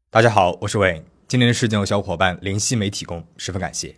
大家好，我是伟。今天的事件由小伙伴林夕梅提供，十分感谢。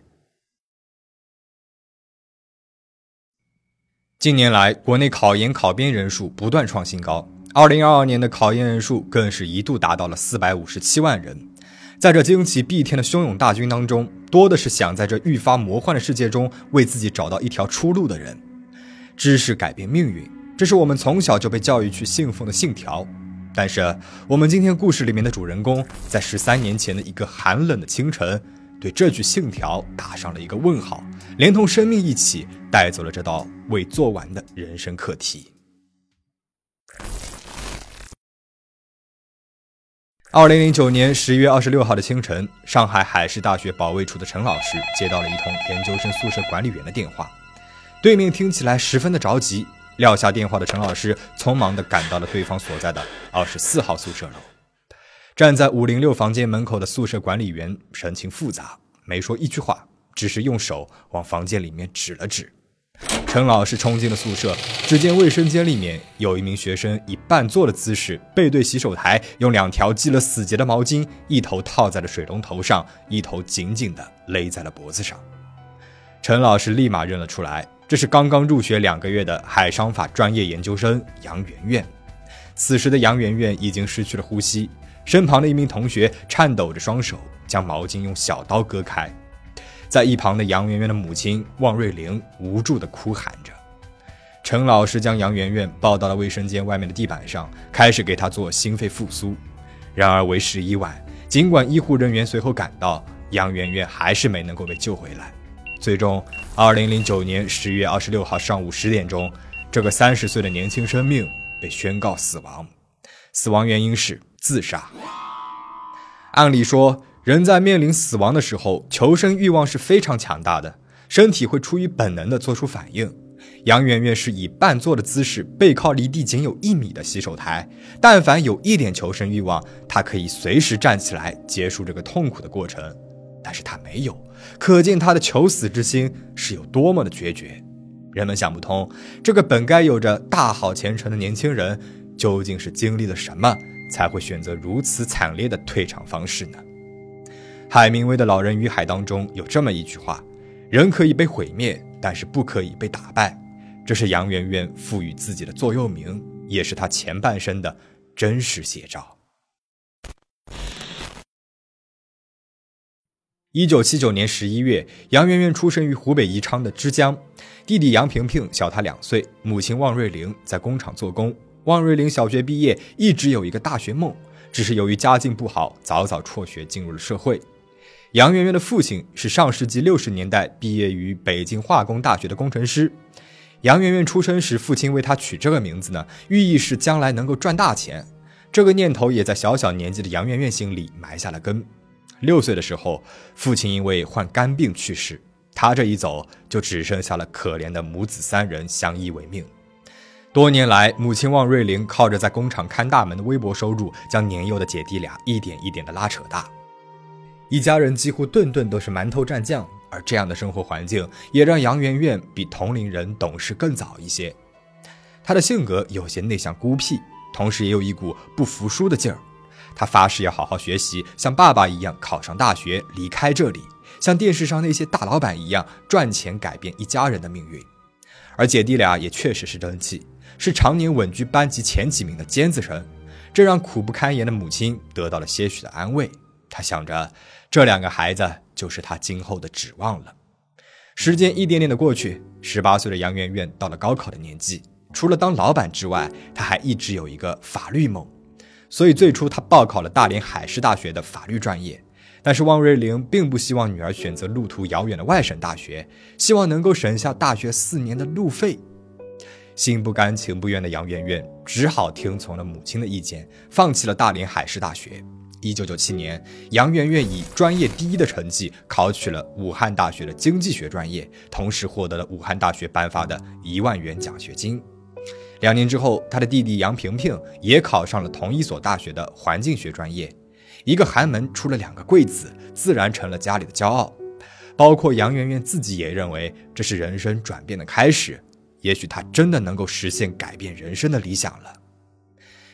近年来，国内考研考编人数不断创新高，2022年的考研人数更是一度达到了457万人。在这惊奇碧天的汹涌大军当中，多的是想在这愈发魔幻的世界中为自己找到一条出路的人。知识改变命运，这是我们从小就被教育去信奉的信条。但是我们今天故事里面的主人公，在13年前的一个寒冷的清晨，对这句信条打上了一个问号，连同生命一起带走了这道未做完的人生课题。2009年11月26号的清晨，上海海事大学保卫处的陈老师接到了一通研究生宿舍管理员的电话，对面听起来十分的着急。撂下电话的陈老师匆忙地赶到了对方所在的24号宿舍楼。站在506房间门口的宿舍管理员神情复杂，没说一句话，只是用手往房间里面指了指。陈老师冲进了宿舍，只见卫生间里面有一名学生以半坐的姿势背对洗手台，用2条系了死结的毛巾，一头套在了水龙头上，一头紧紧地勒在了脖子上。陈老师立马认了出来，这是刚刚入学2个月的海商法专业研究生杨媛媛。此时的杨媛媛已经失去了呼吸，身旁的一名同学颤抖着双手将毛巾用小刀割开。在一旁的杨媛媛的母亲汪瑞玲无助地哭喊着。陈老师将杨媛媛抱到了卫生间外面的地板上，开始给她做心肺复苏。然而为时已晚，尽管医护人员随后赶到，杨媛媛还是没能够被救回来。最终2009年11月26号上午10点钟，这个30岁的年轻生命被宣告死亡，死亡原因是自杀。按理说，人在面临死亡的时候，求生欲望是非常强大的，身体会出于本能地做出反应。杨媛媛是以半坐的姿势背靠离地仅有1米的洗手台，但凡有一点求生欲望，她可以随时站起来结束这个痛苦的过程。但是他没有，可见他的求死之心是有多么的决绝。人们想不通，这个本该有着大好前程的年轻人，究竟是经历了什么，才会选择如此惨烈的退场方式呢？海明威的《老人与海》当中有这么一句话：人可以被毁灭，但是不可以被打败。这是杨媛媛赋予自己的座右铭，也是她前半生的真实写照。1979年11月，杨媛媛出生于湖北宜昌的枝江，弟弟杨萍萍小她2岁，母亲汪瑞玲在工厂做工。汪瑞玲小学毕业，一直有一个大学梦，只是由于家境不好，早早辍学进入了社会。杨媛媛的父亲是上世纪60年代毕业于北京化工大学的工程师。杨媛媛出生时，父亲为她取这个名字呢，寓意是将来能够赚大钱。这个念头也在小小年纪的杨媛媛心里埋下了根。6岁的时候，父亲因为患肝病去世，他这一走就只剩下了可怜的母子3人相依为命。多年来，母亲汪瑞玲靠着在工厂看大门的微薄收入，将年幼的姐弟俩一点一点的拉扯大。一家人几乎顿顿都是馒头蘸酱，而这样的生活环境也让杨媛媛比同龄人懂事更早一些。她的性格有些内向孤僻，同时也有一股不服输的劲儿。他发誓要好好学习，像爸爸一样考上大学，离开这里，像电视上那些大老板一样赚钱，改变一家人的命运。而姐弟俩也确实是争气，是常年稳居班级前几名的尖子生，这让苦不堪言的母亲得到了些许的安慰。她想着，这2个孩子就是她今后的指望了。时间一点点的过去，18岁的杨媛媛到了高考的年纪，除了当老板之外，她还一直有一个法律梦。所以最初他报考了大连海事大学的法律专业，但是汪瑞玲并不希望女儿选择路途遥远的外省大学，希望能够省下大学4年的路费。心不甘情不愿的杨媛媛只好听从了母亲的意见，放弃了大连海事大学。1997年，杨媛媛以专业第1的成绩考取了武汉大学的经济学专业，同时获得了武汉大学颁发的1万元奖学金。2年之后，他的弟弟杨萍萍也考上了同一所大学的环境学专业。一个寒门出了2个贵子，自然成了家里的骄傲。包括杨媛媛自己也认为这是人生转变的开始，也许她真的能够实现改变人生的理想了。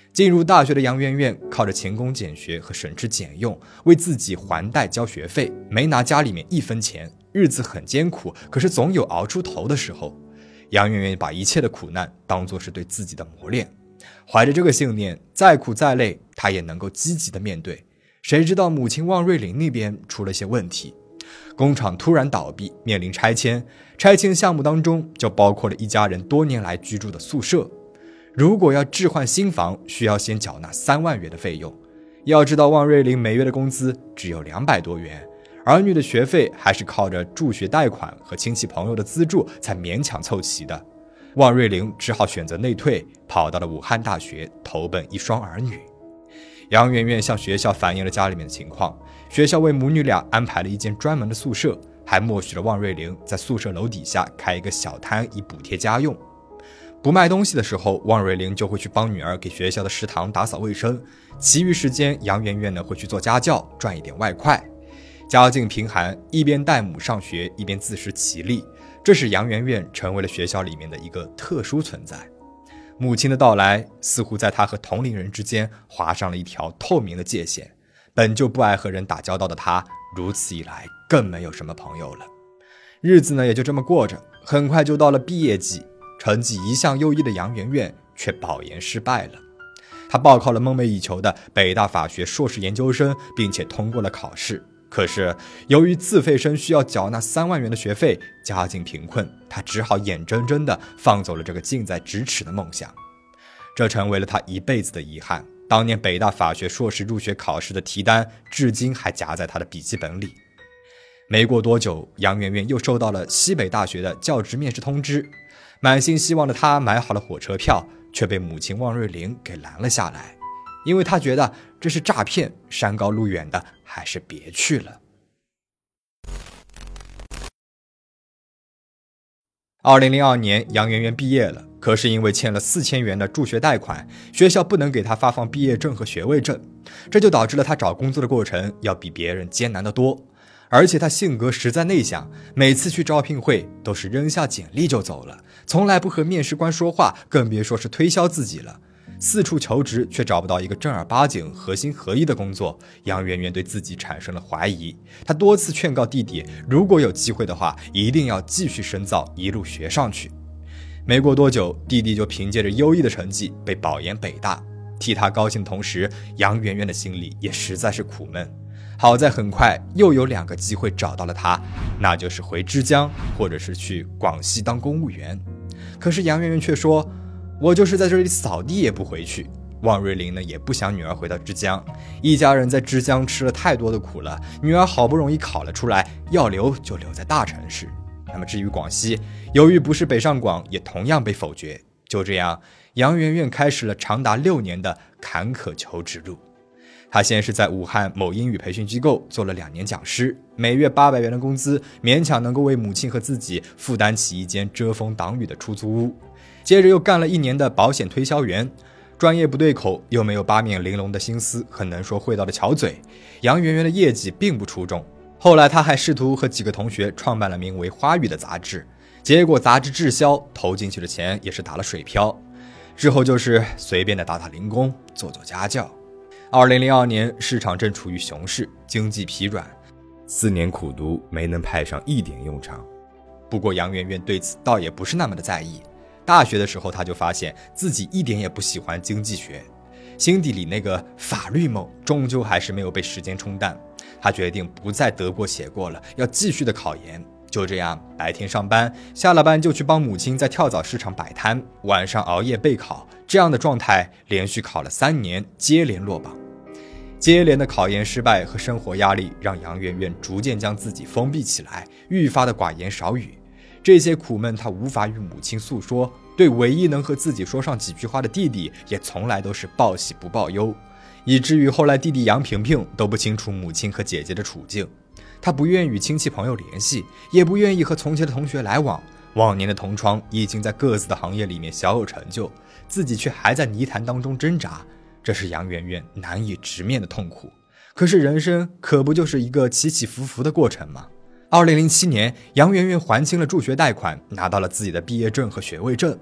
进入大学的杨媛媛靠着勤工俭学和省吃俭用，为自己还贷交学费，没拿家里面一分钱，日子很艰苦，可是总有熬出头的时候。杨媛媛把一切的苦难当作是对自己的磨练，怀着这个信念，再苦再累，她也能够积极的面对。谁知道母亲汪瑞玲那边出了些问题，工厂突然倒闭，面临拆迁，拆迁项目当中就包括了一家人多年来居住的宿舍。如果要置换新房，需要先缴纳3万元的费用。要知道汪瑞玲每月的工资只有200多元，儿女的学费还是靠着助学贷款和亲戚朋友的资助才勉强凑齐的。汪瑞玲只好选择内退，跑到了武汉大学投奔一双儿女。杨媛媛向学校反映了家里面的情况，学校为母女俩安排了一间专门的宿舍，还默许了汪瑞玲在宿舍楼底下开一个小摊以补贴家用。不卖东西的时候，汪瑞玲就会去帮女儿给学校的食堂打扫卫生，其余时间杨媛媛呢会去做家教，赚一点外快。家境贫寒，一边带母上学，一边自食其力，这使杨媛媛成为了学校里面的一个特殊存在。母亲的到来似乎在她和同龄人之间划上了一条透明的界限，本就不爱和人打交道的她，如此一来更没有什么朋友了。日子呢也就这么过着，很快就到了毕业季，成绩一向优异的杨媛媛却保研失败了。她报考了梦寐以求的北大法学硕士研究生，并且通过了考试。可是由于自费生需要缴纳3万元的学费，家境贫困，她只好眼睁睁地放走了这个近在咫尺的梦想。这成为了她一辈子的遗憾。当年北大法学硕士入学考试的题单至今还夹在她的笔记本里。没过多久，杨媛媛又收到了西北大学的教职面试通知，满心希望的她买好了火车票，却被母亲汪瑞玲给拦了下来，因为她觉得这是诈骗，山高路远的，还是别去了。2002年，杨媛媛毕业了，可是因为欠了4000元的助学贷款，学校不能给她发放毕业证和学位证，这就导致了她找工作的过程要比别人艰难得多。而且她性格实在内向，每次去招聘会都是扔下简历就走了，从来不和面试官说话，更别说是推销自己了。四处求职却找不到一个正儿八经合心合意的工作，杨媛媛对自己产生了怀疑。她多次劝告弟弟，如果有机会的话，一定要继续深造，一路学上去。没过多久，弟弟就凭借着优异的成绩被保研北大。替他高兴的同时，杨媛媛的心里也实在是苦闷。好在很快又有2个机会找到了他，那就是回枝江，或者是去广西当公务员。可是杨媛媛却说，我就是在这里扫地也不回去。汪瑞玲呢也不想女儿回到枝江，一家人在枝江吃了太多的苦了，女儿好不容易考了出来，要留就留在大城市。那么至于广西，由于不是北上广，也同样被否决。就这样，杨媛媛开始了长达6年的坎坷求职路。她先是在武汉某英语培训机构做了2年讲师，每月800元的工资，勉强能够为母亲和自己负担起一间遮风挡雨的出租屋。接着又干了1年的保险推销员，专业不对口，又没有八面玲珑的心思和能说会道的巧嘴，杨媛媛的业绩并不出众。后来她还试图和几个同学创办了名为《花语》的杂志，结果杂志滞销，投进去的钱也是打了水漂。之后就是随便的打打零工，做做家教。2002年，市场正处于熊市，经济疲软，4年苦读没能派上一点用场。不过杨媛媛对此倒也不是那么的在意。大学的时候，她就发现自己一点也不喜欢经济学，心底里那个法律梦终究还是没有被时间冲淡。她决定不再得过且过了，要继续的考研。就这样，白天上班，下了班就去帮母亲在跳蚤市场摆摊，晚上熬夜备考。这样的状态连续考了3年，接连落榜。接连的考研失败和生活压力让杨媛媛逐渐将自己封闭起来，愈发的寡言少语。这些苦闷她无法与母亲诉说，对唯一能和自己说上几句话的弟弟也从来都是报喜不报忧，以至于后来弟弟杨萍萍都不清楚母亲和姐姐的处境。他不愿与亲戚朋友联系，也不愿意和从前的同学来往。往年的同窗已经在各自的行业里面小有成就，自己却还在泥潭当中挣扎，这是杨媛媛难以直面的痛苦。可是人生可不就是一个起起伏伏的过程吗？2007年，杨媛媛还清了助学贷款，拿到了自己的毕业证和学位证。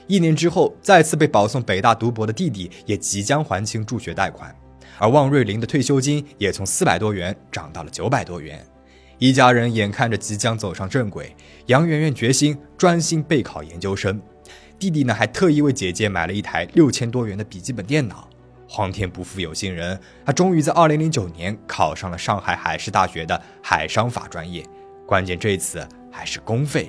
1年之后，再次被保送北大读博的弟弟也即将还清助学贷款，而汪瑞麟的退休金也从400多元涨到了900多元。一家人眼看着即将走上正轨，杨媛媛决心专心备考研究生。弟弟呢，还特意为姐姐买了一台6000多元的笔记本电脑。皇天不负有心人，他终于在2009年考上了上海海事大学的海商法专业，关键这次还是公费。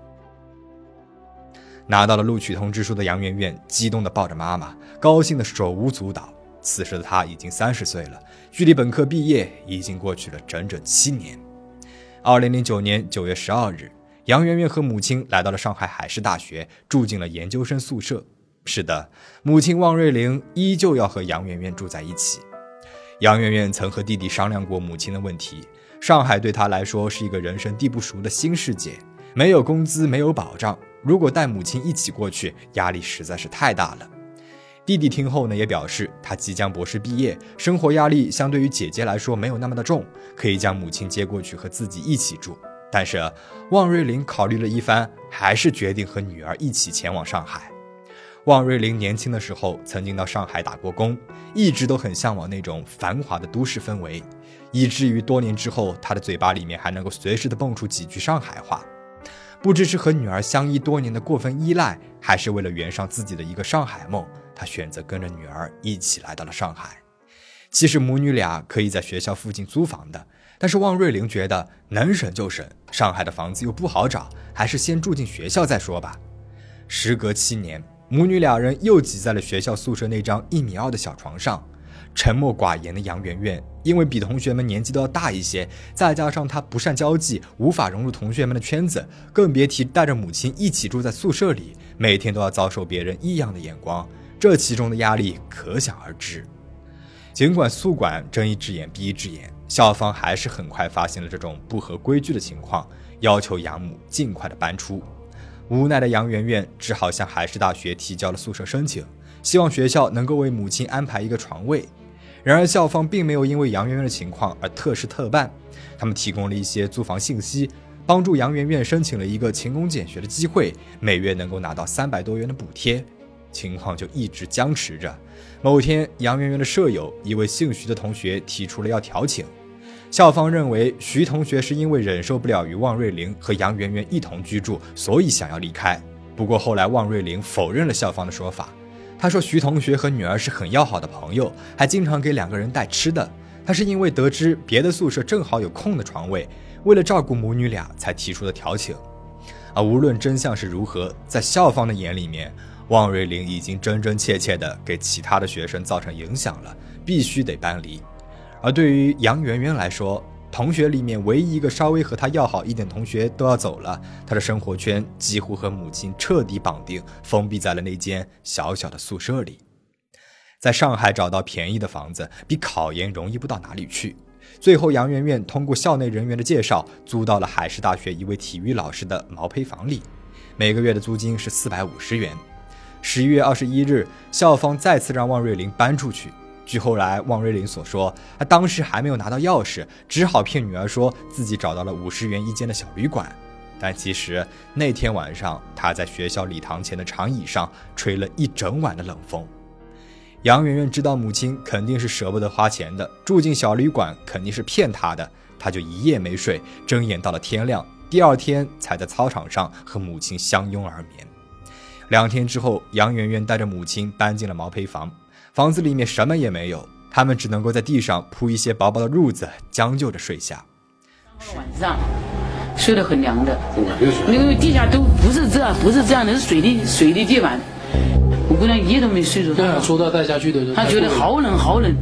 拿到了录取通知书的杨媛媛激动地抱着妈妈，高兴得手舞足蹈。此时的她已经30岁了，距离本科毕业已经过去了整整7年。2009年9月12日，杨媛媛和母亲来到了上海海事大学，住进了研究生宿舍。是的，母亲汪瑞玲依旧要和杨媛媛住在一起。杨媛媛曾和弟弟商量过母亲的问题，上海对她来说是一个人生地不熟的新世界，没有工资，没有保障，如果带母亲一起过去，压力实在是太大了。弟弟听后呢，也表示他即将博士毕业，生活压力相对于姐姐来说没有那么的重，可以将母亲接过去和自己一起住。但是汪瑞麟考虑了一番，还是决定和女儿一起前往上海。汪瑞麟年轻的时候曾经到上海打过工，一直都很向往那种繁华的都市氛围，以至于多年之后，他的嘴巴里面还能够随时的蹦出几句上海话。不知是和女儿相依多年的过分依赖，还是为了圆上自己的一个上海梦，他选择跟着女儿一起来到了上海。其实母女俩可以在学校附近租房的，但是汪瑞麟觉得能省就省，上海的房子又不好找，还是先住进学校再说吧。时隔7年，母女俩人又挤在了学校宿舍那张1.2米的小床上。沉默寡言的杨媛媛因为比同学们年纪都要大一些，再加上她不善交际，无法融入同学们的圈子，更别提带着母亲一起住在宿舍里，每天都要遭受别人异样的眼光，这其中的压力可想而知。尽管宿管睁一只眼闭一只眼，校方还是很快发现了这种不合规矩的情况，要求养母尽快的搬出。无奈的杨媛媛只好向海事大学提交了宿舍申请，希望学校能够为母亲安排一个床位。然而校方并没有因为杨媛媛的情况而特事特办，他们提供了一些租房信息，帮助杨媛媛申请了一个勤工俭学的机会，每月能够拿到300多元的补贴。情况就一直僵持着。某天，杨媛媛的舍友一位姓徐的同学提出了要调请，校方认为徐同学是因为忍受不了与汪瑞麟和杨媛媛一同居住，所以想要离开。不过后来汪瑞麟否认了校方的说法，他说徐同学和女儿是很要好的朋友，还经常给2个人带吃的，他是因为得知别的宿舍正好有空的床位，为了照顾母女俩才提出的调请。而无论真相是如何，在校方的眼里面，汪瑞麟已经真真切切地给其他的学生造成影响了，必须得搬离。而对于杨媛媛来说，同学里面唯一一个稍微和她要好一点同学都要走了，她的生活圈几乎和母亲彻底绑定，封闭在了那间小小的宿舍里。在上海找到便宜的房子比考研容易不到哪里去，最后杨媛媛通过校内人员的介绍，租到了海事大学一位体育老师的毛坯房里，每个月的租金是450元。11月21日，校方再次让汪瑞麟搬出去。据后来汪瑞麟所说，他当时还没有拿到钥匙，只好骗女儿说自己找到了50元一间的小旅馆。但其实那天晚上，他在学校礼堂前的长椅上吹了一整晚的冷风。杨媛媛知道母亲肯定是舍不得花钱的，住进小旅馆肯定是骗她的，她就一夜没睡，睁眼到了天亮，第二天才在操场上和母亲相拥而眠。2天之后，杨媛媛带着母亲搬进了毛坯房，房子里面什么也没有，他们只能够在地上铺一些薄薄的褥子，将就着睡下。 晚上睡得很凉的，因为地下都不是这样的，是水的地板。我姑娘一夜都没睡着， 说到带下去的， 她觉得好冷好冷。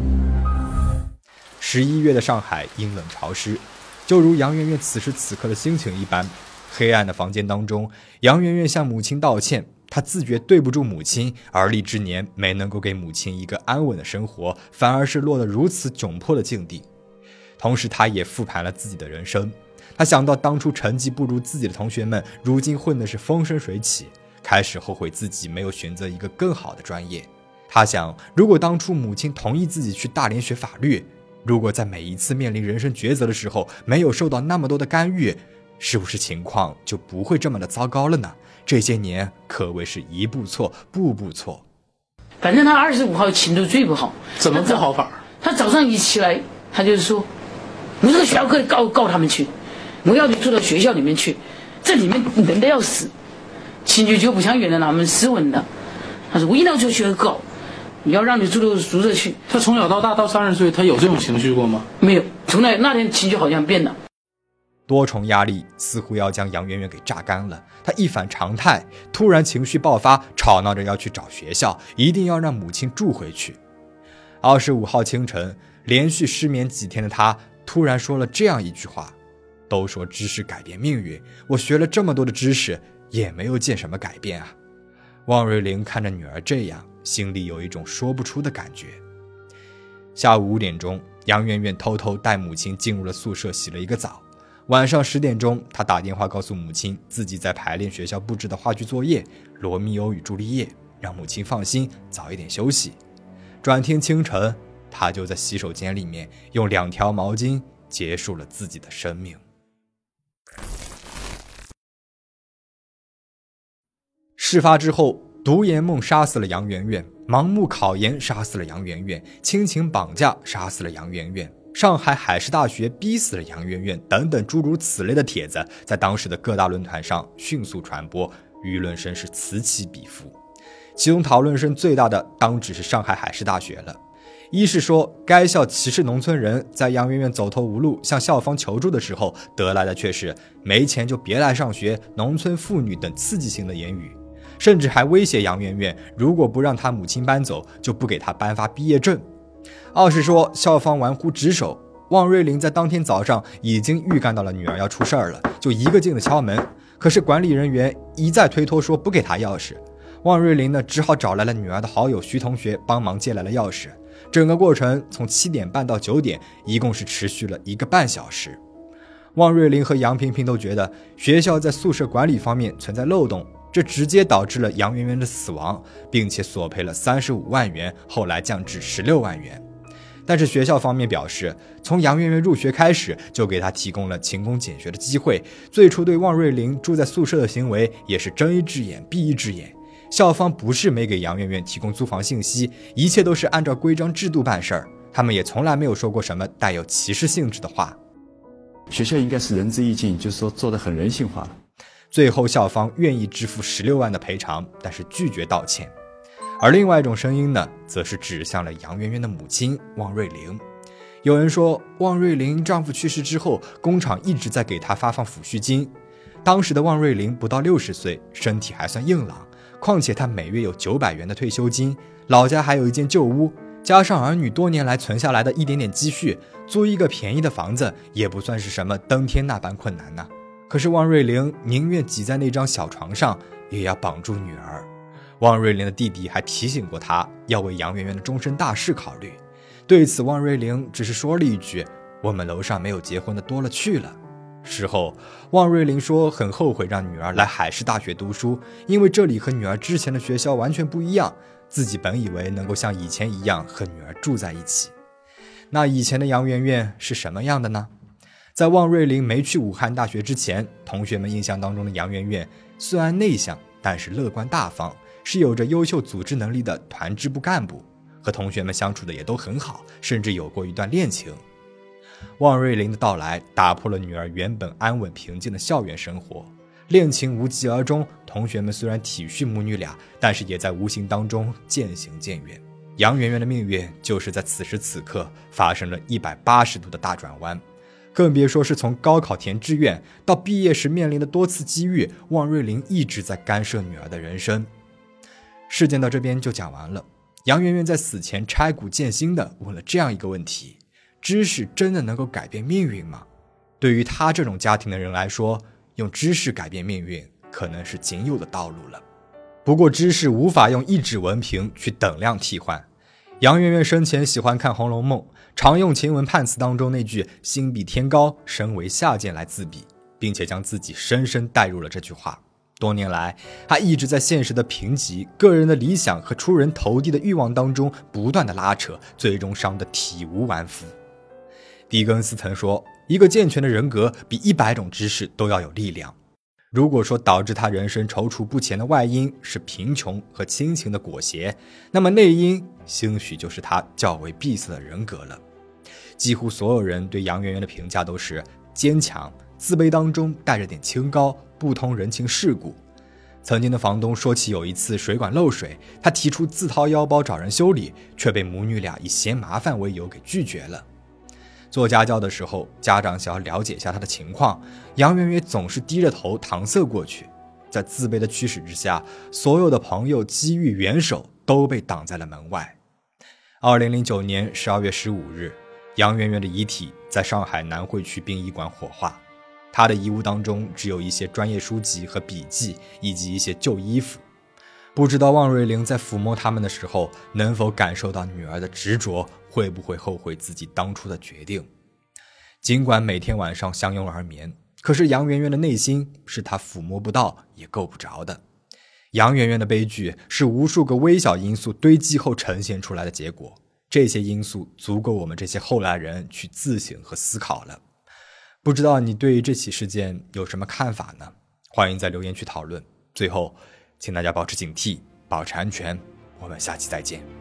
11月的上海阴冷潮湿，就如杨媛媛此时此刻的心情一般。黑暗的房间当中，杨媛媛向母亲道歉，她自觉对不住母亲，而立之年没能够给母亲一个安稳的生活，反而是落得如此窘迫的境地。同时她也复盘了自己的人生，她想到当初成绩不如自己的同学们，如今混的是风生水起，开始后悔自己没有选择一个更好的专业。她想，如果当初母亲同意自己去大连学法律，如果在每一次面临人生抉择的时候没有受到那么多的干预，是不是情况就不会这么的糟糕了呢？ 这些年可谓是一步错步步错。 反正他25号情都最不好。 怎么不好法？ 他早上一起来，他就是说，我这个学校可以告他们去，我要你住到学校里面去，这里面冷得要死，情绪就不像原来那么斯文了。他说我一定要去学校告，你要让你住到宿舍去。 他从小到大到30岁，他有这种情绪过吗？ 没有，从来那天情绪好像变了。 多重压力似乎要将杨媛媛给榨干了，她一反常态，突然情绪爆发，吵闹着要去找学校，一定要让母亲住回去。25号清晨，连续失眠几天的她突然说了这样一句话：都说知识改变命运，我学了这么多的知识，也没有见什么改变啊。汪瑞玲看着女儿这样，心里有一种说不出的感觉。下午5点钟，杨媛媛偷偷带母亲进入了宿舍洗了一个澡。晚上10点钟，她打电话告诉母亲自己在排练学校布置的话剧作业《罗密欧与朱丽叶》，让母亲放心早一点休息。转天清晨，她就在洗手间里面用2条毛巾结束了自己的生命。事发之后，独眼梦杀死了杨媛媛，盲目考研杀死了杨媛媛，亲情绑架杀死了杨媛媛，上海海事大学逼死了杨媛媛等等诸如此类的帖子，在当时的各大论坛上迅速传播，舆论声是此起彼伏。其中讨论声最大的当只是上海海事大学了。一是说该校歧视农村人，在杨媛媛走投无路向校方求助的时候，得来的却是没钱就别来上学、农村妇女等刺激性的言语，甚至还威胁杨媛媛，如果不让她母亲搬走，就不给她颁发毕业证。二是说校方玩忽职守，汪瑞玲在当天早上已经预感到了女儿要出事儿了，就一个劲的敲门，可是管理人员一再推脱说不给她钥匙。汪瑞玲呢，只好找来了女儿的好友徐同学帮忙借来了钥匙。整个过程从7点半到9点，一共是持续了1个半小时。汪瑞玲和杨萍萍都觉得学校在宿舍管理方面存在漏洞，这直接导致了杨媛媛的死亡，并且索赔了35万元，后来降至16万元。但是学校方面表示，从杨媛媛入学开始就给她提供了勤工俭学的机会，最初对汪瑞玲住在宿舍的行为也是睁一只眼闭一只眼。校方不是没给杨媛媛提供租房信息，一切都是按照规章制度办事儿，他们也从来没有说过什么带有歧视性质的话。 学校应该是仁至义尽，就是说做得很人性化。 最后校方愿意支付16万的赔偿，但是拒绝道歉。而另外一种声音呢，则是指向了杨媛媛的母亲汪瑞玲。有人说，汪瑞玲丈夫去世之后，工厂一直在给她发放抚恤金。当时的汪瑞玲不到60岁，身体还算硬朗，况且她每月有900元的退休金，老家还有一间旧屋，加上儿女多年来存下来的一点点积蓄，租一个便宜的房子也不算是什么登天那般困难呢。可是汪瑞玲宁愿挤在那张小床上，也要绑住女儿。汪瑞玲的弟弟还提醒过她，要为杨媛媛的终身大事考虑。对此，汪瑞玲只是说了一句：“我们楼上没有结婚的多了去了。”事后，汪瑞玲说很后悔让女儿来海事大学读书，因为这里和女儿之前的学校完全不一样，自己本以为能够像以前一样和女儿住在一起。那以前的杨媛媛是什么样的呢？在汪瑞玲没去武汉大学之前，同学们印象当中的杨媛媛虽然内向，但是乐观大方，是有着优秀组织能力的团支部干部，和同学们相处的也都很好，甚至有过一段恋情。汪瑞玲的到来打破了女儿原本安稳平静的校园生活，恋情无疾而终，同学们虽然体恤母女俩，但是也在无形当中渐行渐远。杨媛媛的命运就是在此时此刻发生了180度的大转弯，更别说是从高考填志愿到毕业时面临的多次机遇，汪瑞玲一直在干涉女儿的人生。事件到这边就讲完了。杨媛媛在死前拆骨见心地问了这样一个问题：知识真的能够改变命运吗？对于她这种家庭的人来说，用知识改变命运可能是仅有的道路了。不过知识无法用一纸文凭去等量替换。杨媛媛生前喜欢看《红楼梦》，常用晴雯判词当中那句心比天高，身为下贱来自比，并且将自己深深带入了这句话。多年来，她一直在现实的贫瘠、个人的理想和出人头地的欲望当中不断的拉扯，最终伤得体无完肤。狄更斯曾说，一个健全的人格比100种知识都要有力量。 如果说导致他人生踌躇不前的外因是贫穷和亲情的裹挟，那么内因兴许就是他较为闭塞的人格了。几乎所有人对杨圆圆的评价都是坚强，自卑当中带着点清高，不通人情世故。曾经的房东说起有一次水管漏水，他提出自掏腰包找人修理，却被母女俩以嫌麻烦为由给拒绝了。做家教的时候，家长想要了解一下他的情况，杨圆圆总是低着头搪塞过去。在自卑的驱使之下，所有的朋友机遇援手都被挡在了门外。2009年12月15日，杨圆圆的遗体在上海南汇区殡仪馆火化。她的遗物当中只有一些专业书籍和笔记，以及一些旧衣服。不知道望瑞玲在抚摸他们的时候，能否感受到女儿的执着，会不会后悔自己当初的决定。尽管每天晚上相拥而眠，可是杨圆圆的内心是她抚摸不到也够不着的。杨圆圆的悲剧是无数个微小因素堆积后呈现出来的结果，这些因素足够我们这些后来人去自省和思考了。不知道你对于这起事件有什么看法呢？欢迎在留言区讨论。最后请大家保持警惕，保持安全，我们下期再见。